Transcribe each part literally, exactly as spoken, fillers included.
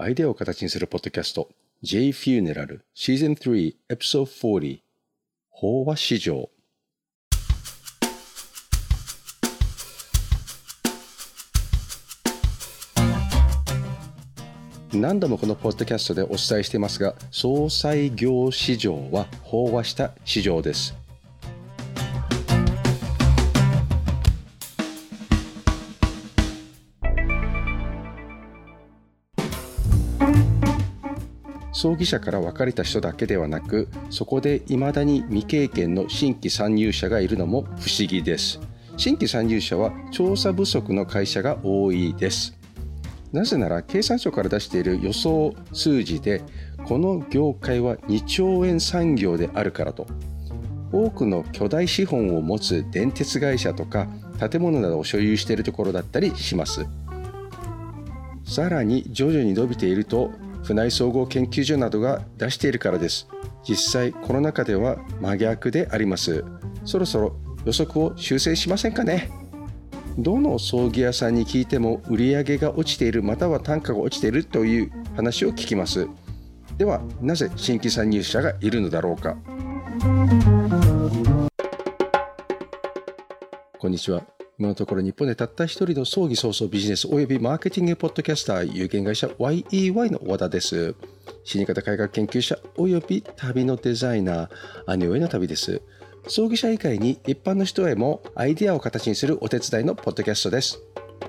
アイデアを形にするポッドキャスト J Funeral Season スリー Episode フォーティー 飽和市場。何度もこのポッドキャストでお伝えしていますが、葬祭業市場は飽和した市場です。葬儀社から別れた人だけではなく、そこで未だに未経験の新規参入者がいるのも不思議です。新規参入者は調査不足の会社が多いです。なぜなら経産省から出している予想数字で、この業界はにちょうえん産業であるからと。多くの巨大資本を持つ電鉄会社とか建物などを所有しているところだったりします。さらに徐々に伸びていると府内総合研究所などが出しているからです。実際コロナ禍では真逆であります。そろそろ予測を修正しませんかね。どの葬儀屋さんに聞いても売り上げが落ちている、または単価が落ちているという話を聞きます。ではなぜ新規参入者がいるのだろうか。こんにちは。今のところ日本でたった一人の葬儀葬送ビジネスおよびマーケティングポッドキャスター、有限会社 ワイイーワイ の和田です。死に方改革研究者および旅のデザイナー、兄上の旅です。葬儀者以外に一般の人へもアイデアを形にするお手伝いのポッドキャストです。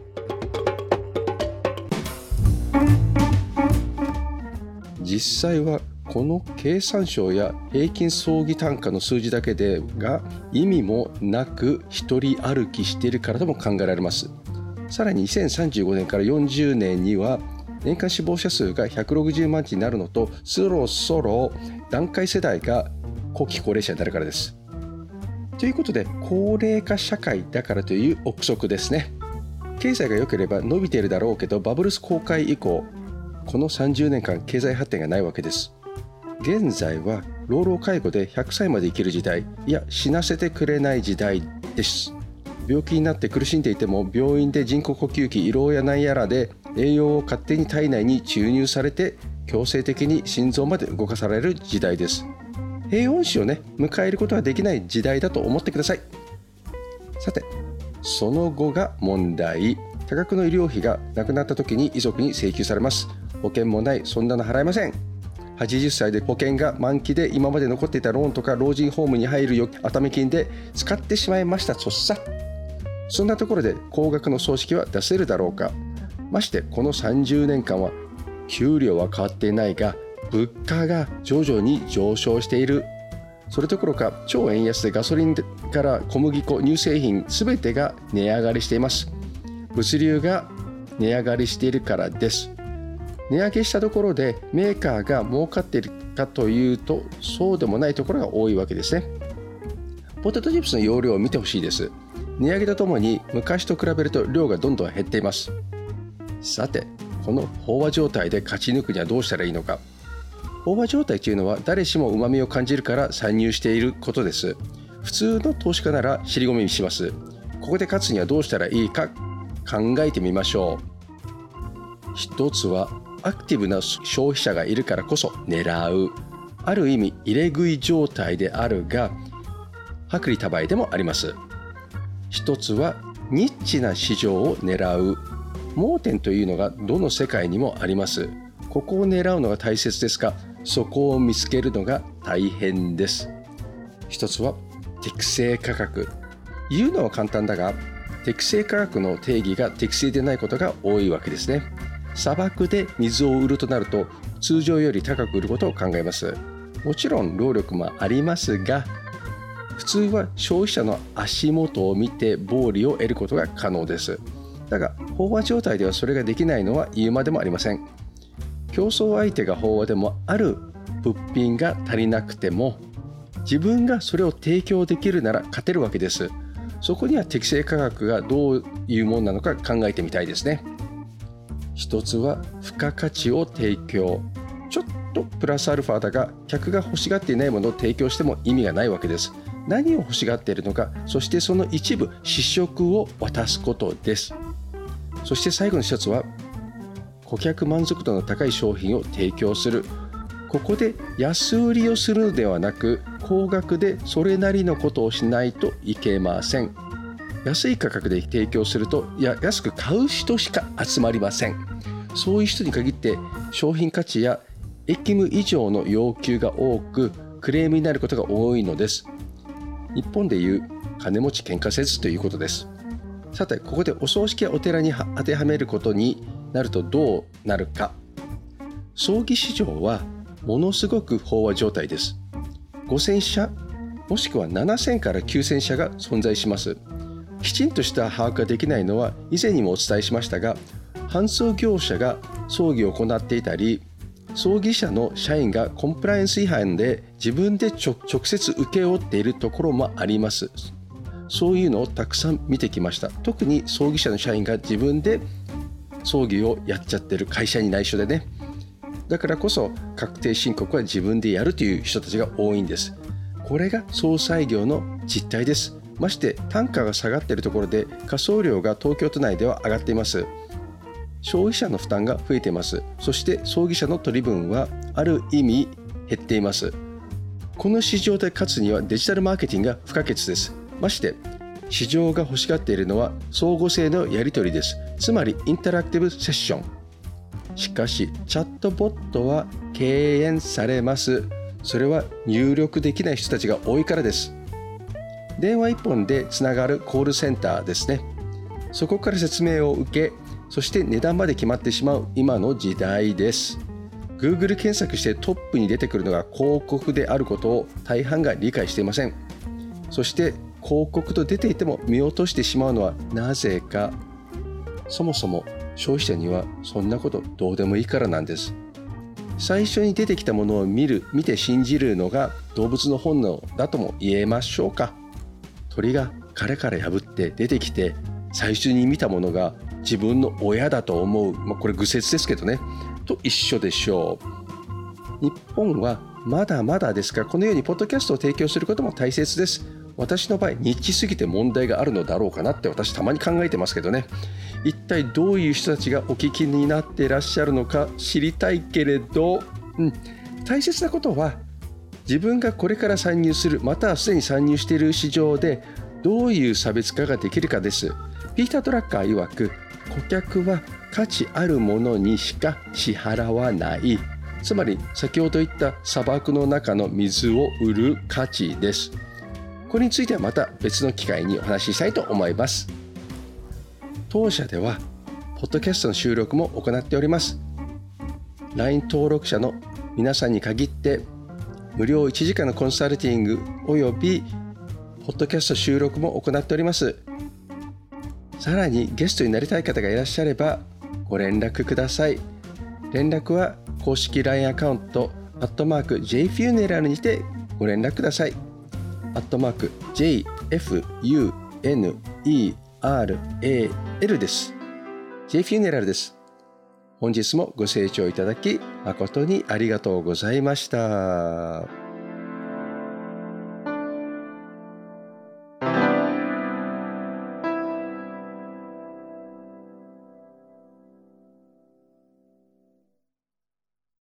実際はこの経産省や平均葬儀単価の数字だけでが意味もなく一人歩きしているからとも考えられます。さらににせんさんじゅうごねんからよんじゅうねんには年間死亡者数がひゃくろくじゅうまんにんになるのと、そろそろ団塊世代が後期高齢者になるからです。ということで高齢化社会だからという憶測ですね。経済が良ければ伸びているだろうけど、バブルス崩壊以降このさんじゅうねんかん経済発展がないわけです。現在は老老介護でひゃくさいまで生きる時代、いや死なせてくれない時代です。病気になって苦しんでいても病院で人工呼吸器、胃ろうやなんやらで栄養を勝手に体内に注入されて強制的に心臓まで動かされる時代です。平穏死をね迎えることはできない時代だと思ってください。さてその後が問題。多額の医療費が亡くなった時に遺族に請求されます。保険もない、そんなの払えません。はちじゅっさいで保険が満期で今まで残っていたローンとか老人ホームに入る熱海金で使ってしまいましたとさ。そんなところで高額の葬式は出せるだろうか。ましてこのさんじゅうねんかんは給料は変わっていないが物価が徐々に上昇している。それどころか超円安でガソリンから小麦粉、乳製品全てが値上がりしています。物流が値上がりしているからです。値上げしたところでメーカーが儲かっているかというとそうでもないところが多いわけですね。ポテトチップスの容量を見てほしいです。値上げとともに昔と比べると量がどんどん減っています。さてこの飽和状態で勝ち抜くにはどうしたらいいのか。飽和状態というのは誰しもうまみを感じるから参入していることです。普通の投資家なら尻込みにします。ここで勝つにはどうしたらいいか考えてみましょう。一つはアクティブな消費者がいるからこそ狙う。ある意味入れ食い状態であるが薄利多売でもあります。一つはニッチな市場を狙う。盲点というのがどの世界にもあります。ここを狙うのが大切ですが、そこを見つけるのが大変です。一つは適正価格。言うのは簡単だが適正価格の定義が適正でないことが多いわけですね。砂漠で水を売るとなると通常より高く売ることを考えます。もちろん労力もありますが、普通は消費者の足元を見て暴利を得ることが可能です。だが飽和状態ではそれができないのは言うまでもありません。競争相手が飽和でもある物品が足りなくても自分がそれを提供できるなら勝てるわけです。そこには適正価格がどういうものなのか考えてみたいですね。一つは付加価値を提供。ちょっとプラスアルファだが客が欲しがっていないものを提供しても意味がないわけです。何を欲しがっているのか、そしてその一部試食を渡すことです。そして最後の一つは顧客満足度の高い商品を提供する。ここで安売りをするのではなく、高額でそれなりのことをしないといけません。安い価格で提供すると、いや安く買う人しか集まりません。そういう人に限って商品価値や役務以上の要求が多く、クレームになることが多いのです。日本でいう金持ち喧嘩せずということです。さて、ここでお葬式やお寺に当てはめることになるとどうなるか。葬儀市場はものすごく飽和状態です。ごせんしゃもしくはななせんからきゅうせんしゃが存在します。きちんとした把握ができないのは以前にもお伝えしましたが、搬送業者が葬儀を行っていたり、葬儀社の社員がコンプライアンス違反で自分で直接請け負っているところもあります。そういうのをたくさん見てきました。特に葬儀社の社員が自分で葬儀をやっちゃってる、会社に内緒でね。だからこそ確定申告は自分でやるという人たちが多いんです。これが葬祭業の実態です。まして単価が下がっているところで火葬料が東京都内では上がっています。消費者の負担が増えています。そして葬儀社の取り分はある意味減っています。この市場で勝つにはデジタルマーケティングが不可欠です。まして市場が欲しがっているのは相互性のやり取りです。つまりインタラクティブセッション。しかしチャットボットは敬遠されます。それは入力できない人たちが多いからです。電話一本でつながるコールセンターですね。そこから説明を受け、そして値段まで決まってしまう今の時代です。 Google 検索してトップに出てくるのが広告であることを大半が理解していません。そして広告と出ていても見落としてしまうのはなぜか。そもそも消費者にはそんなことどうでもいいからなんです。最初に出てきたものを見る、見て信じるのが動物の本能だとも言えましょうか。鳥が殻から破って出てきて最初に見たものが自分の親だと思う、まあ、これ愚説ですけどね、と一緒でしょう。日本はまだまだですから、このようにポッドキャストを提供することも大切です。私の場合ニッチすぎて問題があるのだろうかなって私たまに考えてますけどね。一体どういう人たちがお聞きになっていらっしゃるのか知りたいけれど、うん、大切なことは自分がこれから参入する、またはすでに参入している市場でどういう差別化ができるかです。ピーター・ドラッカー曰く、顧客は価値あるものにしか支払わない。つまり先ほど言った砂漠の中の水を売る価値です。これについてはまた別の機会にお話ししたいと思います。当社ではポッドキャストの収録も行っております。 ライン 登録者の皆さんに限って無料いちじかんのコンサルティングおよびポッドキャスト収録も行っております。さらにゲストになりたい方がいらっしゃればご連絡ください。連絡は公式 ライン アカウントアットマーク ジェイ フューネラルにてご連絡ください。アットマーク ジェイ エフ ユー エヌ イー アール エー エル です。 J フューネラルです。本日もご清聴いただき誠にありがとうございました。